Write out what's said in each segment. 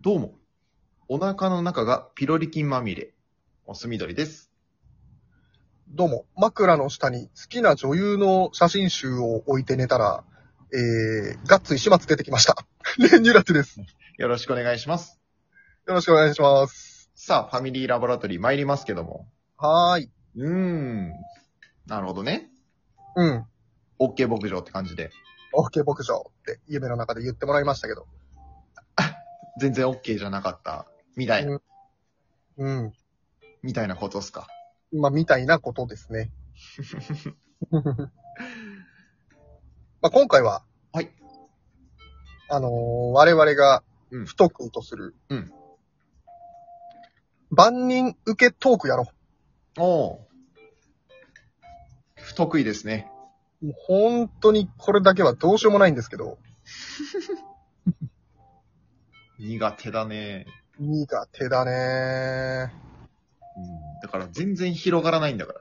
どうも。お腹の中がピロリ菌まみれ。おすみどりです。 どうも、枕の下に好きな女優の写真集を置いて寝たら、ガッツ石松出てきました。レンニュラティです。 よろしくお願いします。 よろしくお願いします。 さあ、ファミリーラボラトリー参りますけども。 はーい。 なるほどね。 うん。 OK 牧場って感じで。 OK 牧場って夢の中で言ってもらいましたけど。 全然 OK じゃなかった。みたいな。 うん。 みたいなことっすか。 まあ、みたいなことですね。まあ、今回は、 はい。 我々が不得意とする、万人受けトークやろおー。不得意ですね。 う。もう本当にこれだけはどうしようもないんですけど。 苦手だね。 苦手だねだから全然広がらないんだから。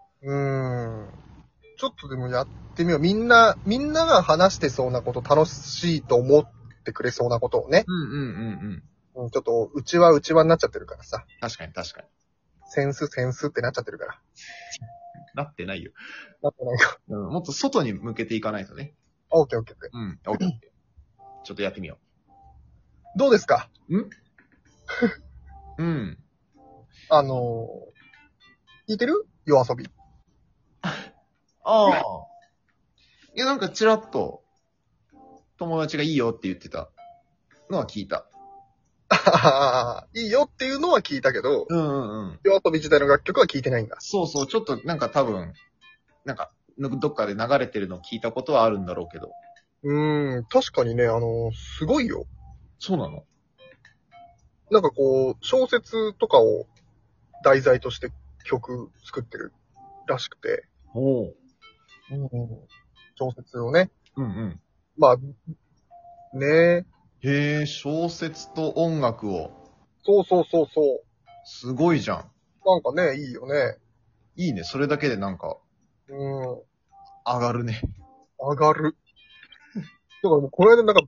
ちょっとでもやってみよう。みんなが話してそうなこと、楽しいと思ってくれそうなことをね。ちょっと、うちはになっちゃってるからさ。 確かに確かに。 センスってなっちゃってるから。 なってないよ。 なってないか。 もっと外に向けていかないとね。 オッケーオッケー。 オッケー。ちょっとやってみよどうですかう。 聞いてる夜遊び。 ああ。いや、なんかちらっと、友達がいいよって言ってたのは聞いた。 いいよっていうのは聞いたけど、 うん。 夜遊び自体の楽曲は聞いてないんだ。 そうそう、ちょっとなんか多分、なんか、どっかで流れてるのを聞いたことはあるんだろうけど。 確かにね、すごいよ。 そうなの？ なんかこう、小説とかを題材として曲作ってるらしくて。 おう。 小説をね。 うん。 まあ、ねへえ、小説と音楽を。 そう。 すごいじゃん。 なんかね、いいよね。 いいね、それだけでなんか、上がるね。 上がる。だからもうこの間なんか、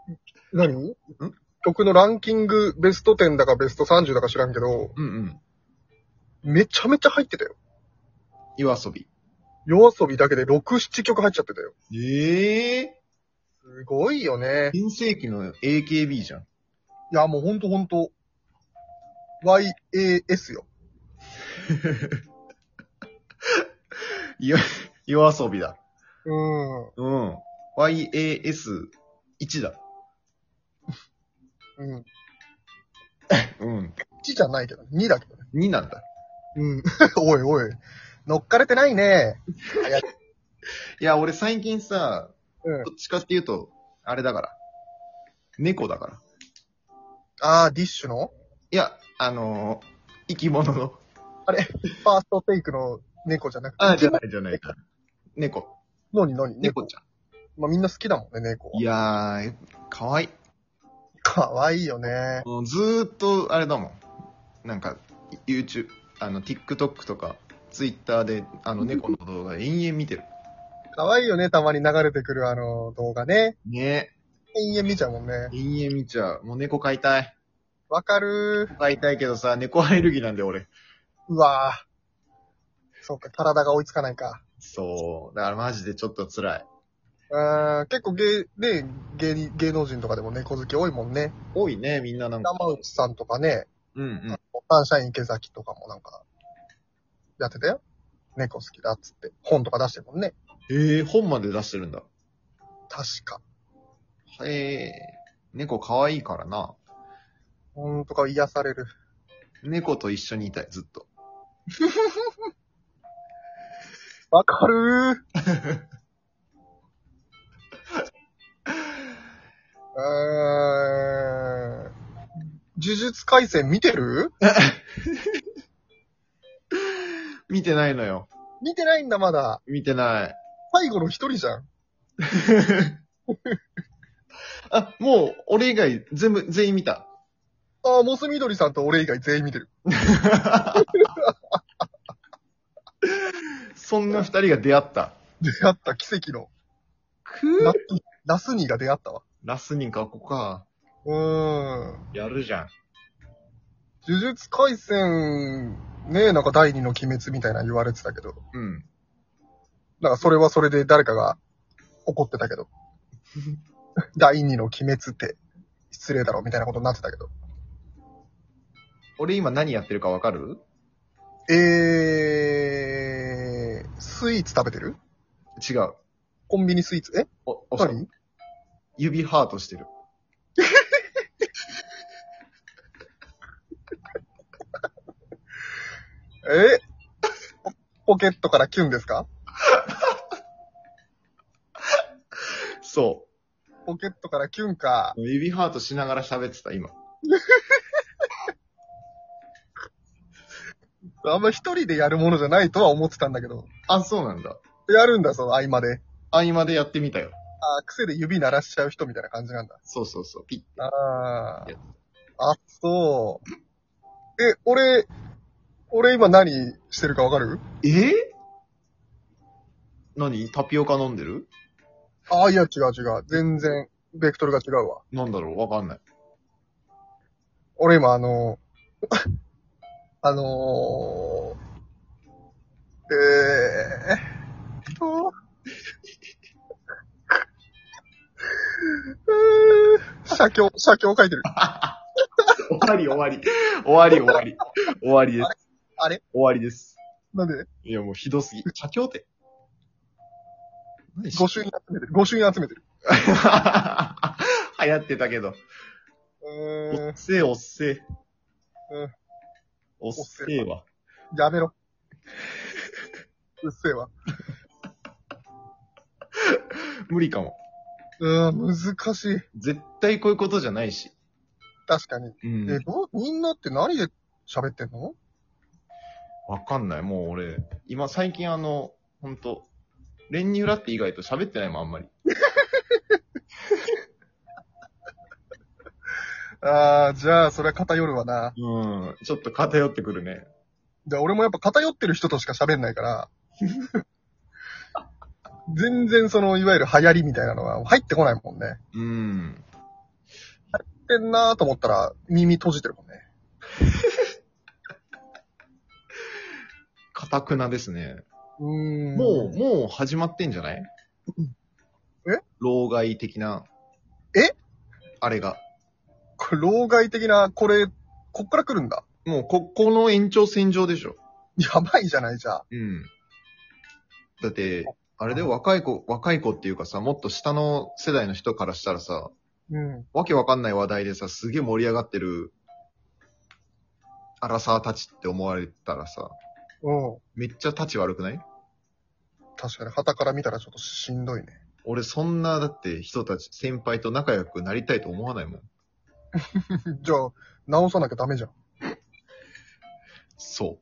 曲のランキングベスト10だかベスト30だか知らんけど、めちゃめちゃ入ってたよ。 夜遊び。 夜遊びだけで6、7曲入っちゃってたよ。すごいよね。 新世紀の AKB じゃん。 いや、もうほんと。YAS よ。 夜遊びだ。YAS1 だ。 1じゃないけど、2だけどね。 2なんだ。 おい。乗っかれてないね。 いや、俺最近さ、どっちかっていうと、あれだから。猫だから。 ディッシュのいや、生き物の。 あれ、ファーストテイクの猫じゃなくて。 じゃない。猫。 何猫ちゃん。 まあ、みんな好きだもんね、猫は。 いやー、かわいい。 かわいいよね。 ずーっと、あれだもん。なんか、YouTube、TikTok とか、Twitter で、猫の動画延々見てる。 かわいいよね、たまに流れてくる動画ね。 ね。 延々見ちゃうもんね。 延々見ちゃう。もう猫飼いたい。 わかる飼いたいけどさ、猫アレルギーなんで俺。 うわぁ。そうか、体が追いつかないか。 そう。だからマジでちょっと辛い。 結構芸能人とかでも猫好き多いもんね。 多いね、みんななんか。 山内さんとかね。サンシャイン池崎とかもなんか、やってたよ。猫好きだっつって。本とか出してるもんね。 本まで出してるんだ。 確か。 猫可愛いからな。 ほんとか癒される。 猫と一緒にいたい、ずっと。 わかる呪術廻戦見てる見てないのよ。 見てないんだ、まだ。 見てない。 最後の一人じゃん。 もう、俺以外全員見た。 モスみどりさんと俺以外全員見てる。 そんな二人が出会った。 出会った奇跡の。ラスニーが出会ったわ。 ラスニンか、ここか。 やるじゃん。 呪術廻戦、ね、なんか第二の鬼滅みたいな言われてたけど。 うん。 なんかそれはそれで誰かが怒ってたけど。第二の鬼滅って失礼だろみたいなことになってたけど。 俺今何やってるかわかる？ スイーツ食べてる？ 違う。 コンビニスイーツ？何？ 指ハートしてる。 ポケットからキュンですか？ そポケットからキュンか。 う。指ハートしながら喋ってた、今。 あんま一人でやるものじゃないとは思ってたんだけど。 あ、そうなんだ。 やるんだ、その合間で。 合間でやってみたよ。 癖で指鳴らしちゃう人みたいな感じなんだ。 そうそうそう、ピッて。 そう。俺今何してるかわかる？ 何？タピオカ飲んでる？ いや、違う。全然、ベクトルが違うわ。 なんだろう？わかんない。 俺今写経書いてる。 終わりです。 あれ終わりです。 なんで？ いや、もうひどすぎ。写経って。 御朱印集めてる。 流行ってたけど。おっせえ。おっせえわ。 やめろ。うっせえわ。 無理かも。 難しい。 絶対こういうことじゃないし。 確かに。 うん。 みんなって何で喋ってんの？ わかんない。もう俺、最近ほんと、練乳ラって以外と喋ってないもん、あんまり。 じゃあ、それは偏るわな。 ちょっと偏ってくるね。 俺もやっぱ偏ってる人としか喋んないから、全然いわゆる流行りみたいなのは入ってこないもんね。入ってんなーと思ったら耳閉じてるもんね。 かたくなですね。 もう始まってんじゃない？老害的な。あれが。 老害的な、こっから来るんだ。 もう、この延長線上でしょ。 やばいじゃない、じゃあ。 だって、あれで若い子っていうかさ、もっと下の世代の人からしたらさ、わけわかんない話題でさ、すげえ盛り上がってる、アラサーたちって思われたらさ、めっちゃ立ち悪くない？ 確かに、旗から見たらちょっとしんどいね。 俺そんな、だって人たち、先輩と仲良くなりたいと思わないもん。 じゃあ、直さなきゃダメじゃん。 そう。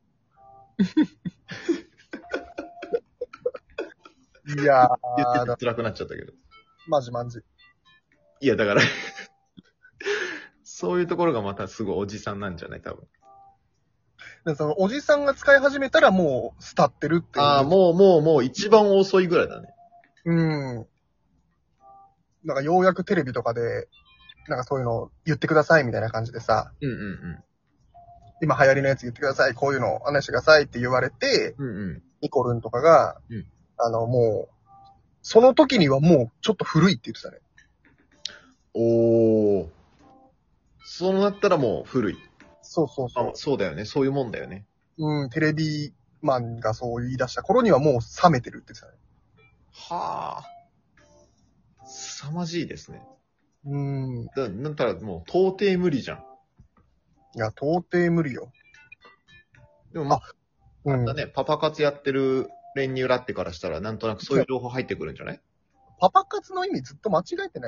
いやー。 言ってて辛くなっちゃったけど。 マジ。 いや、だからそういうところがまたすごいおじさんなんじゃない？多分。 でおじさんが使い始めたらもう、廃ってるっていう。 もう一番遅いぐらいだね。 なんかようやくテレビとかで、なんかそういうの言ってくださいみたいな感じでさ、今流行りのやつ言ってください、こういうの話してくださいって言われて、ニコルンとかが、もう、その時にはもうちょっと古いって言ってたね。 そうなったらもう古い。 そう。 そうだよね。そういうもんだよね。 テレビマンがそう言い出した頃にはもう冷めてるって言ってたね。 はあ。凄まじいですね。だったらもう到底無理じゃん。 いや、到底無理よ。 でもだね、パパ活やってる練乳ラッテからしたらなんとなくそういう情報入ってくるんじゃない？ パパ活の意味ずっと間違えてない？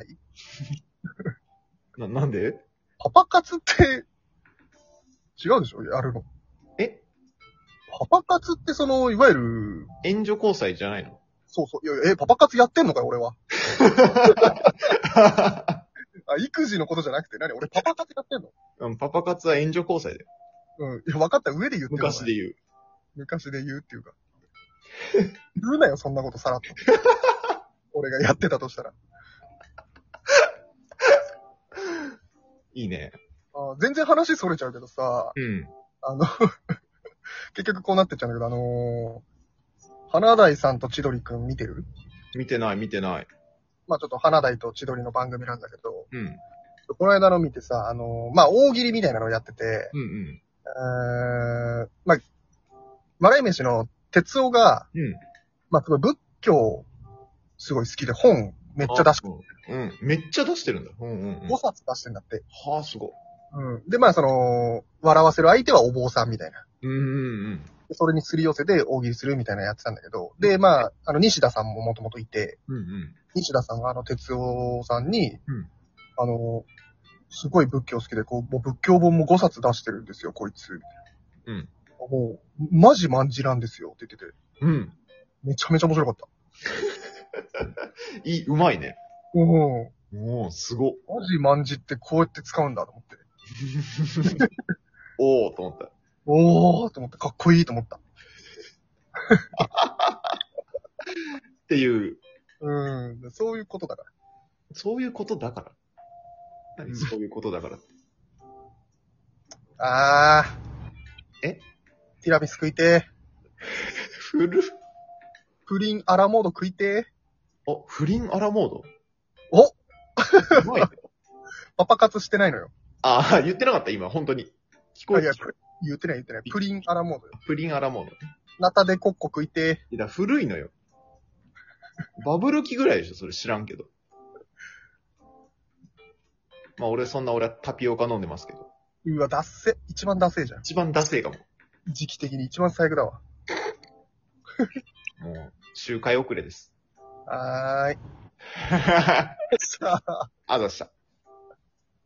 なんで？ パパ活って違うでしょ？やるの。パパ活っていわゆる援助交際じゃないの？ そう。いや、パパ活やってんのかよ、俺は。育児のことじゃなくて、俺パパ活やってんの？ パパ活は援助交際だよ。 いや、分かった上で言ってる。 昔で言う。 昔で言うっていうか。言うなよ、そんなことさらっと。俺がやってたとしたら。 いいね。 全然話それちゃうけどさ、 うん。 結局こうなってっちゃうんだけど、花大さんと千鳥くん見てる？ 見てない、見てない。 まあちょっと花大と千鳥の番組なんだけど、 うん。 この間の見てさ、まあ大喜利みたいなのをやってて、 うんまあ、笑い飯の哲夫が、 うん。 まあすごい仏教、すごい好きで本めっちゃ出してる。 うん。めっちゃ出してるんだ。うんうんうん。 5冊出してんだって。 はあ、すごい。 うん。で、まあ笑わせる相手はお坊さんみたいな。 うんうんうん。 それにすり寄せて大喜利するみたいなのやってたんだけど、で、まあ、西田さんももともといて、 うんうん。 西田さんが哲夫さんに、 うんすごい仏教好きで、もう仏教本も5冊出してるんですよ、こいつ。 うん。 もう、マジマンジなんですよ、って言ってて。 うん。 めちゃめちゃ面白かった。 うまいね。 おおー、すご。 マジマンジってこうやって使うんだと思って。 おー、と思った。 おーと思って、かっこいいと思った。 っていう。 そういうことだから。 そういうことだから。何そういうことだから。 ティラミス食いて古っ。 プリンアラモード食いて不倫アラモードおうまいね。 パパ活してないのよ。 言ってなかった今、本当に。聞こえた。 言ってない。プリンアラモードよ。 プリンアラモード。 ナタデコッコ食いていや、古いのよ。バブル期ぐらいでしょ、それ知らんけど。まあ俺はタピオカ飲んでますけど。 うわ、ダッセ。一番ダセーじゃん。 一番ダセえかも。 時期的に一番最悪だわ。 もう、周回遅れです。 はーい。 あざした。